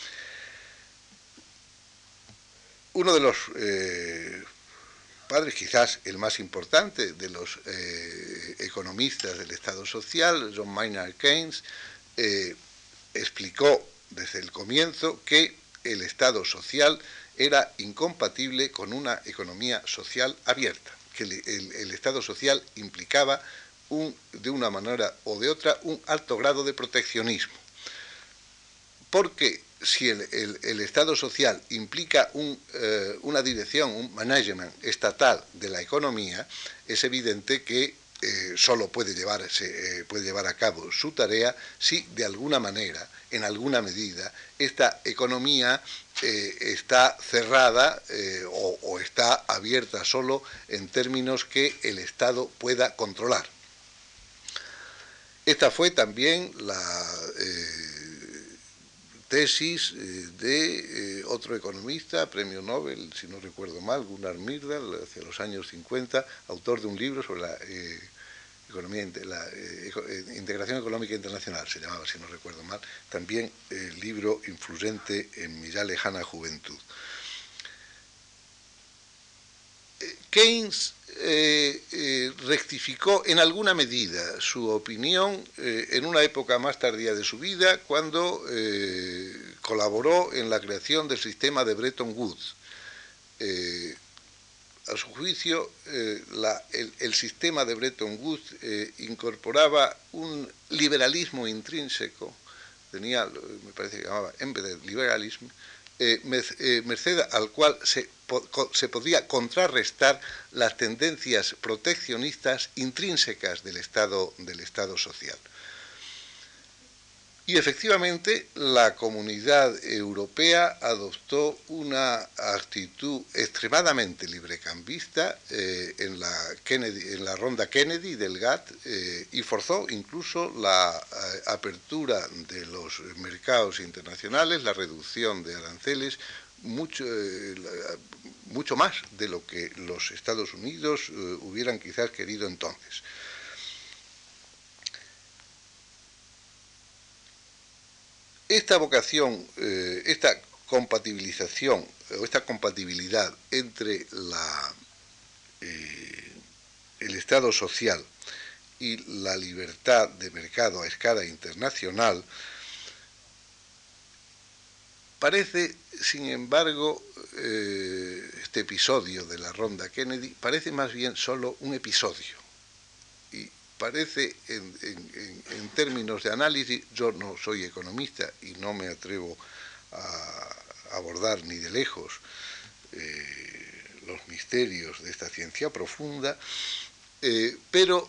Uno de los eh, padres, quizás el más importante de los eh, economistas del Estado social, John Maynard Keynes, Eh, explicó desde el comienzo que el Estado social era incompatible con una economía social abierta, que el, el, el Estado social implicaba un, de una manera o de otra un alto grado de proteccionismo. Porque si el, el, el Estado social implica un, eh, una dirección, un management estatal de la economía, es evidente que Eh, solo puede, llevarse, eh, puede llevar a cabo su tarea si de alguna manera, en alguna medida, esta economía eh, está cerrada eh, o, o está abierta solo en términos que el Estado pueda controlar. Esta fue también la eh, tesis eh, de eh, otro economista, premio Nobel, si no recuerdo mal, Gunnar Myrdal, hacia los años cincuenta, autor de un libro sobre la eh, economía, la eh, integración económica internacional, se llamaba, si no recuerdo mal, también el eh, libro influyente en mi ya lejana juventud. Keynes eh, eh, rectificó en alguna medida su opinión eh, en una época más tardía de su vida, cuando eh, colaboró en la creación del sistema de Bretton Woods. Eh, a su juicio, eh, la, el, el sistema de Bretton Woods eh, incorporaba un liberalismo intrínseco, tenía, me parece que llamaba embedded liberalism, eh, merced al cual se, se podría contrarrestar las tendencias proteccionistas intrínsecas del Estado, del Estado social. Y efectivamente la Comunidad Europea adoptó una actitud extremadamente librecambista eh, en, la Kennedy, en la ronda Kennedy del G A T T eh, y forzó incluso la eh, apertura de los mercados internacionales, la reducción de aranceles, mucho, eh, mucho más de lo que los Estados Unidos eh, hubieran quizás querido entonces. esta vocación, eh, esta compatibilización o esta compatibilidad entre la, eh, el Estado social y la libertad de mercado a escala internacional parece, sin embargo, eh, este episodio de la ronda Kennedy parece más bien solo un episodio. Y parece, en, en, en términos de análisis, yo no soy economista y no me atrevo a abordar ni de lejos eh, los misterios de esta ciencia profunda, eh, pero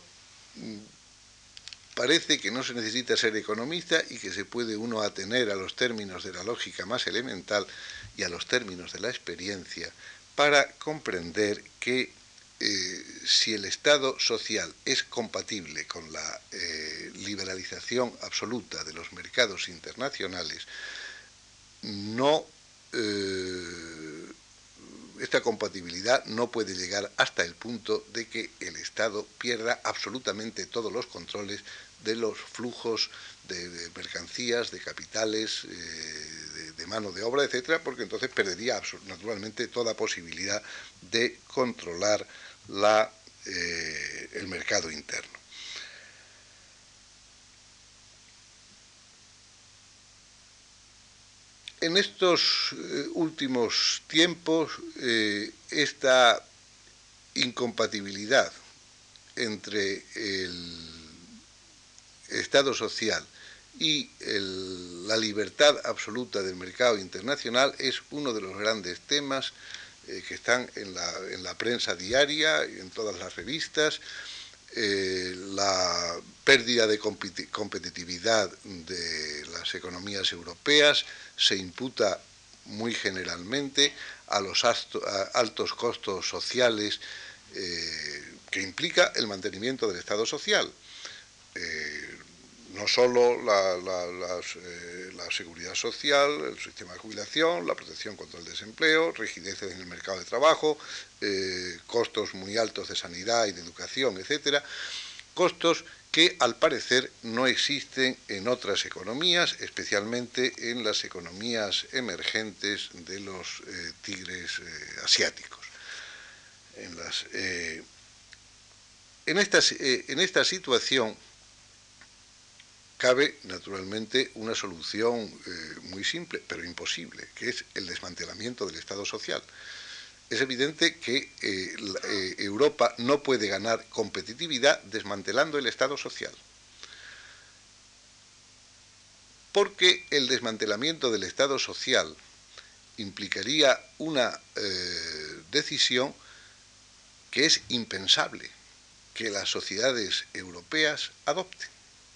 parece que no se necesita ser economista y que se puede uno atener a los términos de la lógica más elemental y a los términos de la experiencia para comprender que eh, si el Estado social es compatible con la eh, liberalización absoluta de los mercados internacionales, no eh, esta compatibilidad no puede llegar hasta el punto de que el Estado pierda absolutamente todos los controles de los flujos de, de mercancías, de capitales, eh, de, de mano de obra, etcétera, porque entonces perdería naturalmente toda posibilidad de controlar la, eh, el mercado interno. En estos eh, últimos tiempos, eh, esta incompatibilidad entre el Estado social y el, la libertad absoluta del mercado internacional es uno de los grandes temas eh, que están en la, en la prensa diaria y en todas las revistas. Eh, la pérdida de competitividad de las economías europeas se imputa muy generalmente a los altos costos sociales eh, que implica el mantenimiento del Estado social. Eh, no solo la, la, la, eh, la seguridad social, el sistema de jubilación, la protección contra el desempleo, rigideces en el mercado de trabajo, eh, costos muy altos de sanidad y de educación, etcétera, costos que al parecer no existen en otras economías, especialmente en las economías emergentes de los eh, tigres eh, asiáticos. En, las, eh, en, esta, eh, en esta situación cabe, naturalmente, una solución eh, muy simple, pero imposible, que es el desmantelamiento del Estado social. Es evidente que eh, la, eh, Europa no puede ganar competitividad desmantelando el Estado social. Porque el desmantelamiento del Estado social implicaría una eh, decisión que es impensable que las sociedades europeas adopten.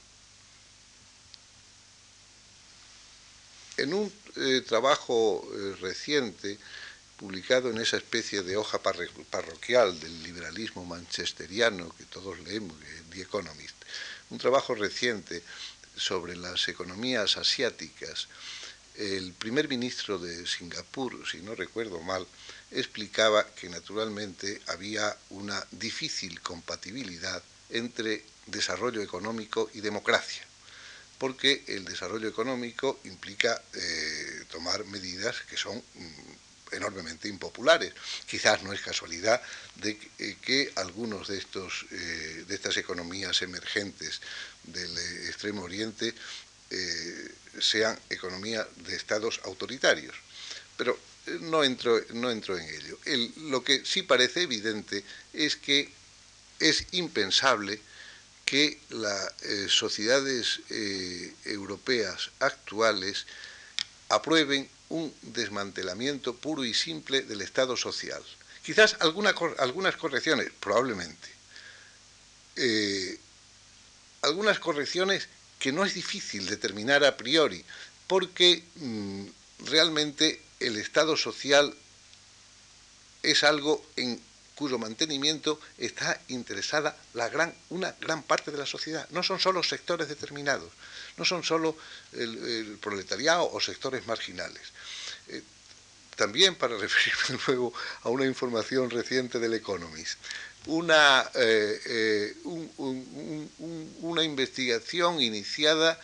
En un eh, trabajo eh, reciente, publicado en esa especie de hoja parroquial del liberalismo manchesteriano que todos leemos, The Economist, un trabajo reciente sobre las economías asiáticas, el primer ministro de Singapur, si no recuerdo mal, explicaba que naturalmente había una difícil compatibilidad entre desarrollo económico y democracia, porque el desarrollo económico implica eh, tomar medidas que son mm, enormemente impopulares. Quizás no es casualidad de que, que algunos de, estos, eh, de estas economías emergentes del eh, Extremo Oriente eh, sean economías de estados autoritarios. Pero eh, no entro, no entro en ello. El, lo que sí parece evidente es que es impensable que las eh, sociedades eh, europeas actuales aprueben un desmantelamiento puro y simple del Estado social. Quizás alguna, algunas correcciones, probablemente. Eh, algunas correcciones que no es difícil determinar a priori, porque mmm, realmente el Estado social es algo en cuyo mantenimiento está interesada la gran, una gran parte de la sociedad. No son solo sectores determinados, no son solo el, el proletariado o sectores marginales. Eh, también, para referirme luego a una información reciente del Economist, una, eh, eh, un, un, un, una investigación iniciada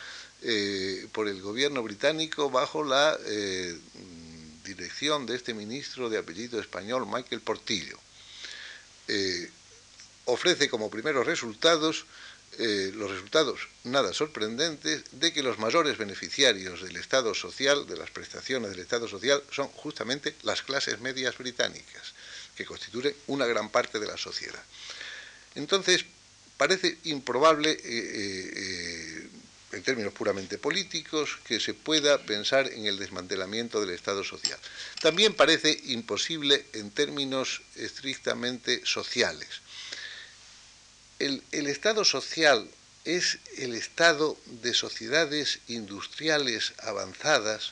eh, por el gobierno británico bajo la eh, dirección de este ministro de apellido español, Michael Portillo. Eh, ofrece como primeros resultados eh, los resultados nada sorprendentes de que los mayores beneficiarios del Estado social, de las prestaciones del Estado social, son justamente las clases medias británicas, que constituyen una gran parte de la sociedad. Entonces, parece improbable, eh, eh, en términos puramente políticos, que se pueda pensar en el desmantelamiento del Estado social. También parece imposible en términos estrictamente sociales. El, el Estado social es el estado de sociedades industriales avanzadas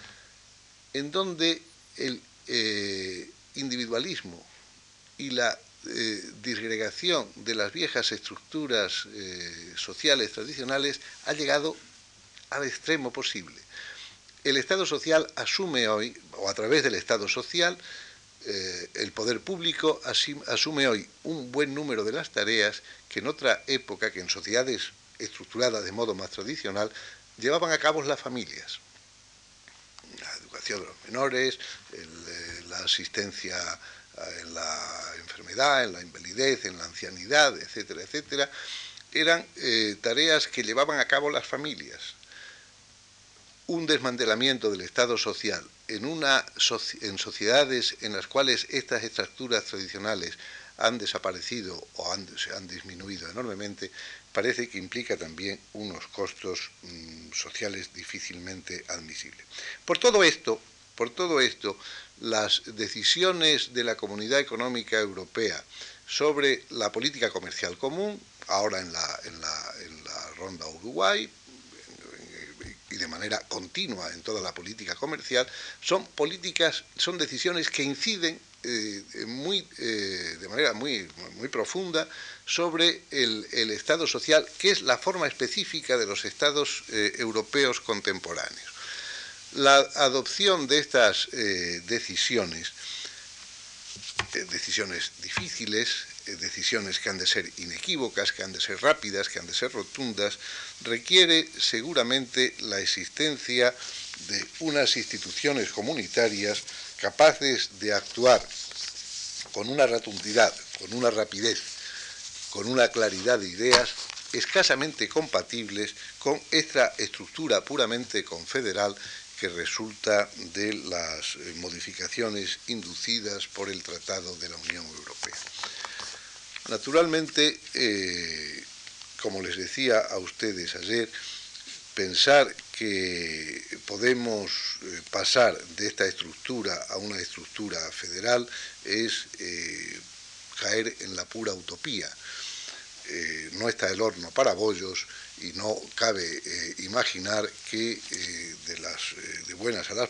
en donde el eh, individualismo y la eh, disgregación de las viejas estructuras eh, sociales tradicionales ha llegado al extremo posible. El Estado social asume hoy, o a través del Estado social, eh, el poder público asume hoy un buen número de las tareas que en otra época, que en sociedades estructuradas de modo más tradicional, llevaban a cabo las familias. La educación de los menores, el, la asistencia en la enfermedad, en la invalidez, en la ancianidad, etcétera, etcétera, eran eh, tareas que llevaban a cabo las familias. Un desmantelamiento del Estado social en, una, en sociedades en las cuales estas estructuras tradicionales han desaparecido o han, se han disminuido enormemente, parece que implica también unos costos mmm, sociales difícilmente admisibles. Por todo esto, por todo esto, las decisiones de la Comunidad Económica Europea sobre la política comercial común, ahora en la, en la, en la ronda Uruguay, y de manera continua en toda la política comercial, son políticas, son decisiones que inciden eh, muy, eh, de manera muy, muy profunda sobre el, el Estado social, que es la forma específica de los Estados eh, europeos contemporáneos. La adopción de estas eh, decisiones, eh, decisiones difíciles, eh, decisiones que han de ser inequívocas, que han de ser rápidas, que han de ser rotundas, requiere seguramente la existencia de unas instituciones comunitarias capaces de actuar con una rotundidad, con una rapidez, con una claridad de ideas escasamente compatibles con esta estructura puramente confederal que resulta de las modificaciones inducidas por el Tratado de la Unión Europea. Naturalmente, eh, como les decía a ustedes ayer, pensar que podemos eh, pasar de esta estructura a una estructura federal es eh, caer en la pura utopía. Eh, no está el horno para bollos y no cabe eh, imaginar que eh, de, las, eh, de buenas a la, a,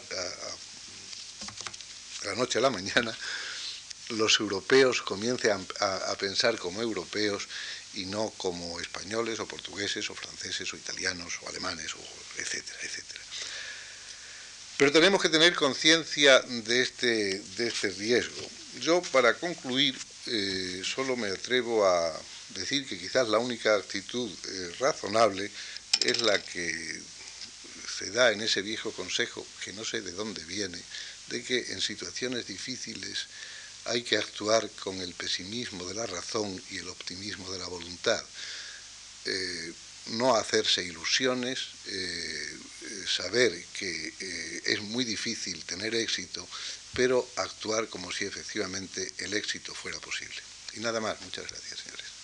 a la noche a la mañana los europeos comiencen a, a pensar como europeos y no como españoles o portugueses o franceses o italianos o alemanes, o etcétera, etcétera. Pero tenemos que tener conciencia de este, de este riesgo. Yo, para concluir, eh, solo me atrevo a decir que quizás la única actitud eh, razonable es la que se da en ese viejo consejo, que no sé de dónde viene, de que en situaciones difíciles hay que actuar con el pesimismo de la razón y el optimismo de la voluntad. Eh, no hacerse ilusiones, eh, saber que eh, es muy difícil tener éxito, pero actuar como si efectivamente el éxito fuera posible. Y nada más. Muchas gracias, señores.